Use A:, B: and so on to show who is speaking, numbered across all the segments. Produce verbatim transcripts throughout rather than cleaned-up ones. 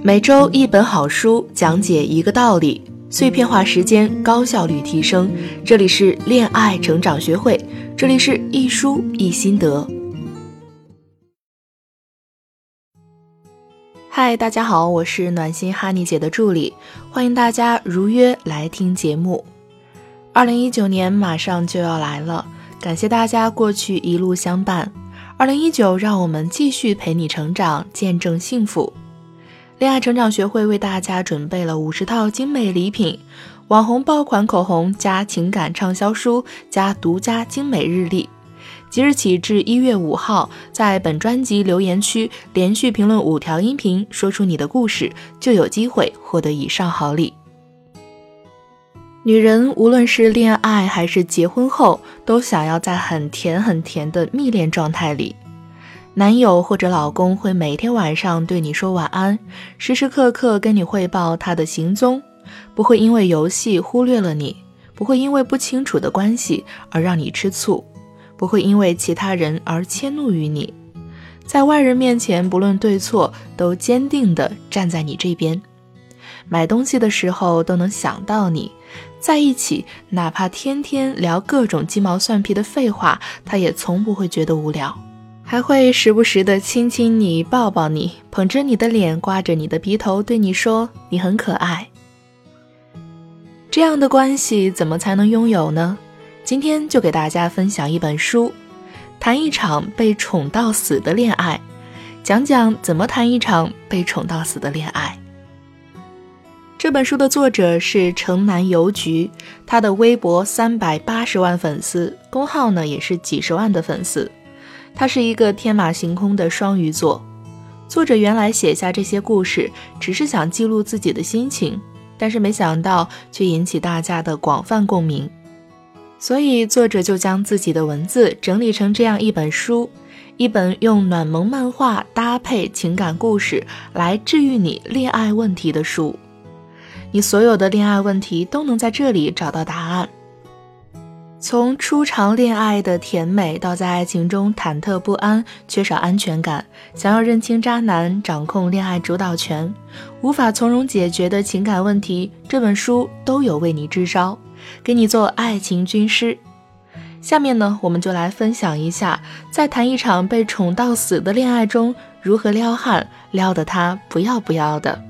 A: 每周一本好书，讲解一个道理，碎片化时间，高效率提升。这里是恋爱成长学会，这里是一书一心得。嗨，大家好，我是暖心哈尼姐的助理，欢迎大家如约来听节目。二零一九年马上就要来了，感谢大家过去一路相伴。二零一九，让我们继续陪你成长，见证幸福。恋爱成长学会为大家准备了五十套精美礼品，网红爆款口红加情感畅销书加独家精美日历。即日起至一月五号，在本专辑留言区连续评论五条音频，说出你的故事，就有机会获得以上好礼。女人无论是恋爱还是结婚后，都想要在很甜很甜的蜜恋状态里。男友或者老公会每天晚上对你说晚安，时时刻刻跟你汇报他的行踪，不会因为游戏忽略了你，不会因为不清楚的关系而让你吃醋，不会因为其他人而迁怒于你，在外人面前不论对错都坚定地站在你这边。买东西的时候都能想到你，在一起哪怕天天聊各种鸡毛蒜皮的废话，他也从不会觉得无聊，还会时不时地亲亲你，抱抱你，捧着你的脸，刮着你的鼻头，对你说你很可爱。这样的关系怎么才能拥有呢？今天就给大家分享一本书，谈一场被宠到死的恋爱，讲讲怎么谈一场被宠到死的恋爱。这本书的作者是城南邮局，他的微博三百八十万粉丝，公号呢也是几十万的粉丝。他是一个天马行空的双鱼座。作者原来写下这些故事只是想记录自己的心情，但是没想到却引起大家的广泛共鸣，所以作者就将自己的文字整理成这样一本书，一本用暖萌漫画搭配情感故事来治愈你恋爱问题的书。你所有的恋爱问题都能在这里找到答案。从初尝恋爱的甜美，到在爱情中忐忑不安，缺少安全感，想要认清渣男，掌控恋爱主导权，无法从容解决的情感问题，这本书都有为你支招，给你做爱情军师。下面呢，我们就来分享一下，在谈一场被宠到死的恋爱中，如何撩汉，撩得他不要不要的。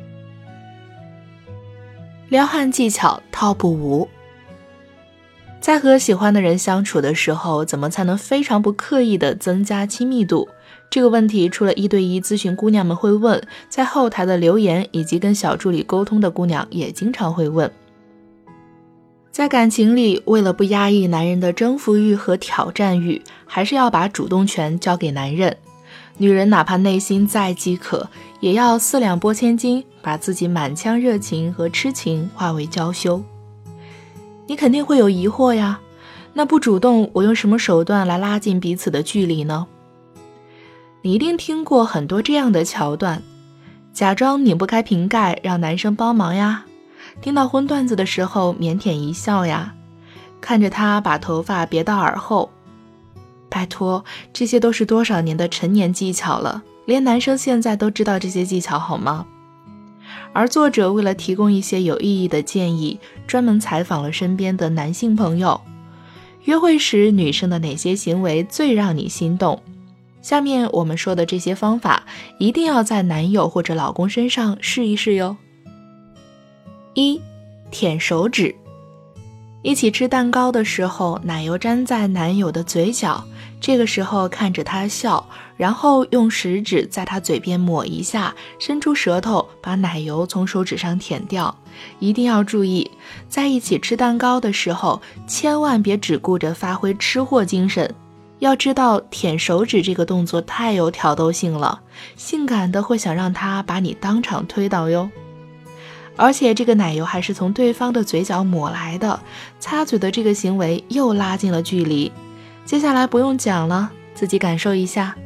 A: 撩汉技巧 Top 五。在和喜欢的人相处的时候，怎么才能非常不刻意地增加亲密度？这个问题除了一对一咨询姑娘们会问，在后台的留言以及跟小助理沟通的姑娘也经常会问。在感情里，为了不压抑男人的征服欲和挑战欲，还是要把主动权交给男人。女人哪怕内心再饥渴，也要四两拨千斤，把自己满腔热情和痴情化为娇羞。你肯定会有疑惑呀，那不主动，我用什么手段来拉近彼此的距离呢？你一定听过很多这样的桥段，假装拧不开瓶盖让男生帮忙呀，听到荤段子的时候腼腆一笑呀，看着他把头发别到耳后。拜托，这些都是多少年的陈年技巧了，连男生现在都知道这些技巧好吗？而作者为了提供一些有意义的建议，专门采访了身边的男性朋友，约会时女生的哪些行为最让你心动？下面我们说的这些方法，一定要在男友或者老公身上试一试哟。一、舔手指。一起吃蛋糕的时候，奶油粘在男友的嘴角，这个时候看着他笑，然后用食指在他嘴边抹一下，伸出舌头把奶油从手指上舔掉。一定要注意，在一起吃蛋糕的时候，千万别只顾着发挥吃货精神，要知道舔手指这个动作太有挑逗性了，性感的会想让他把你当场推倒哟。而且这个奶油还是从对方的嘴角抹来的，擦嘴的这个行为又拉近了距离。接下来不用讲了，自己感受一下。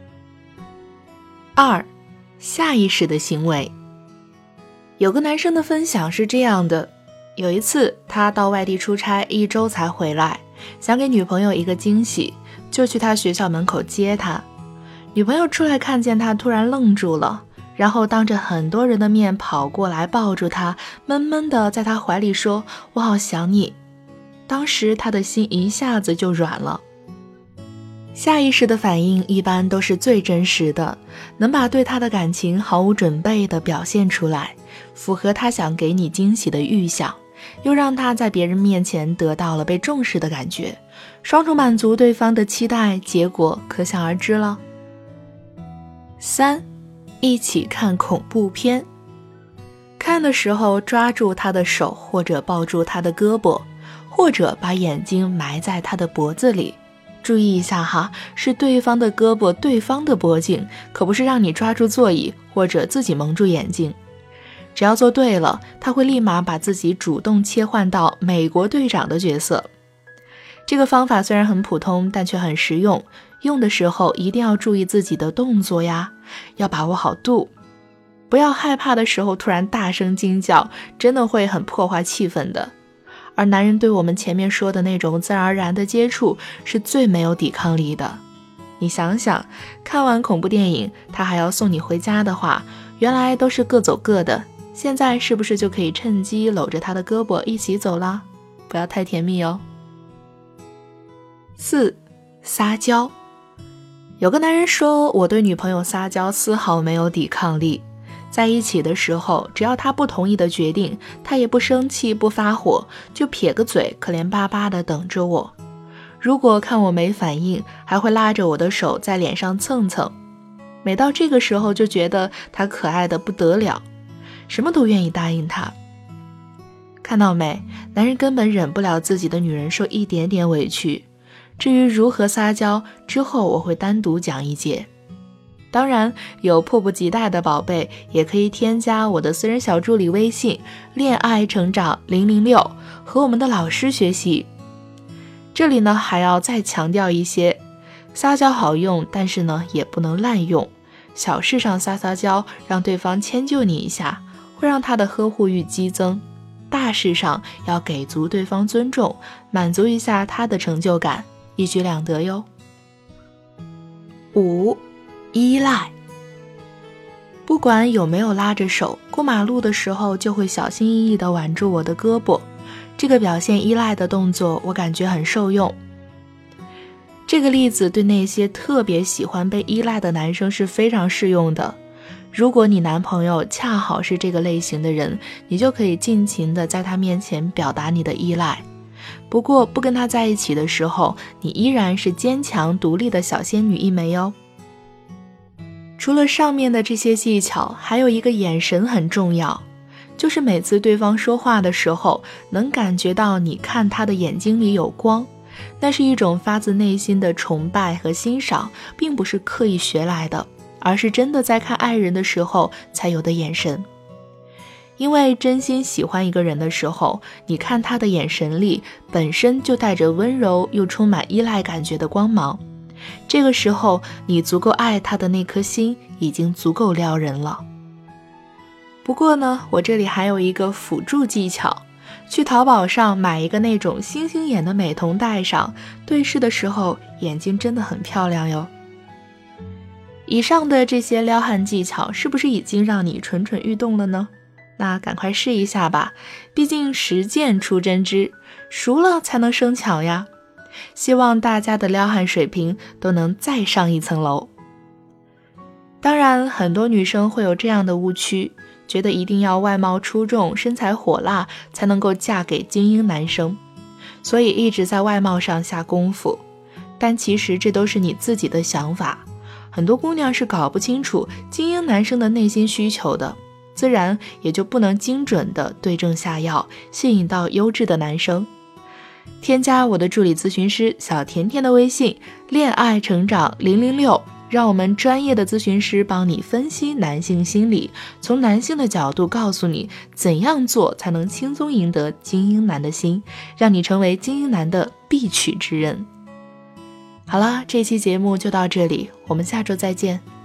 A: 二、下意识的行为。有个男生的分享是这样的，有一次他到外地出差一周才回来，想给女朋友一个惊喜，就去他学校门口接他。女朋友出来看见他突然愣住了， 然后当着很多人的面跑过来抱住他，闷闷地在他怀里说我好想你。当时他的心一下子就软了。下意识的反应一般都是最真实的，能把对他的感情毫无准备地表现出来，符合他想给你惊喜的预想，又让他在别人面前得到了被重视的感觉，双重满足对方的期待，结果可想而知了。三，一起看恐怖片。看的时候抓住他的手，或者抱住他的胳膊，或者把眼睛埋在他的脖子里。注意一下哈，是对方的胳膊，对方的脖颈，可不是让你抓住座椅或者自己蒙住眼睛。只要做对了，他会立马把自己主动切换到美国队长的角色。这个方法虽然很普通，但却很实用，用的时候一定要注意自己的动作呀，要把握好度，不要害怕的时候突然大声惊叫，真的会很破坏气氛的。而男人对我们前面说的那种自然而然的接触是最没有抵抗力的。你想想，看完恐怖电影他还要送你回家的话，原来都是各走各的，现在是不是就可以趁机搂着他的胳膊一起走啦？不要太甜蜜哦。四，撒娇。有个男人说，我对女朋友撒娇丝毫没有抵抗力，在一起的时候，只要他不同意的决定，他也不生气不发火，就撇个嘴可怜巴巴地等着我。如果看我没反应，还会拉着我的手在脸上蹭蹭。每到这个时候就觉得他可爱得不得了，什么都愿意答应他。看到没？男人根本忍不了自己的女人受一点点委屈。至于如何撒娇，之后我会单独讲一节。当然，有迫不及待的宝贝也可以添加我的私人小助理微信恋爱成长零零六，和我们的老师学习。这里呢还要再强调一些，撒娇好用，但是呢也不能滥用。小事上撒撒娇，让对方迁就你一下，会让他的呵护欲激增。大事上要给足对方尊重，满足一下他的成就感，一举两得哟。五，依赖。不管有没有拉着手，过马路的时候就会小心翼翼地挽住我的胳膊，这个表现依赖的动作我感觉很受用。这个例子对那些特别喜欢被依赖的男生是非常适用的。如果你男朋友恰好是这个类型的人，你就可以尽情地在他面前表达你的依赖。不过不跟他在一起的时候，你依然是坚强独立的小仙女一枚哦。除了上面的这些技巧，还有一个眼神很重要，就是每次对方说话的时候，能感觉到你看他的眼睛里有光，那是一种发自内心的崇拜和欣赏，并不是刻意学来的，而是真的在看爱人的时候才有的眼神。因为真心喜欢一个人的时候，你看他的眼神里本身就带着温柔又充满依赖感觉的光芒，这个时候你足够爱他的那颗心已经足够撩人了。不过呢，我这里还有一个辅助技巧，去淘宝上买一个那种星星眼的美瞳戴上，对视的时候眼睛真的很漂亮哟。以上的这些撩汉技巧是不是已经让你蠢蠢欲动了呢？那赶快试一下吧，毕竟实践出真知，熟了才能生巧呀。希望大家的撩汉水平都能再上一层楼。当然，很多女生会有这样的误区，觉得一定要外貌出众、身材火辣才能够嫁给精英男生，所以一直在外貌上下功夫。但其实这都是你自己的想法，很多姑娘是搞不清楚精英男生的内心需求的，自然也就不能精准的对症下药，吸引到优质的男生。添加我的助理咨询师小甜甜的微信恋爱成长零零六，让我们专业的咨询师帮你分析男性心理，从男性的角度告诉你怎样做才能轻松赢得精英男的心，让你成为精英男的必娶之人。好啦，这期节目就到这里，我们下周再见。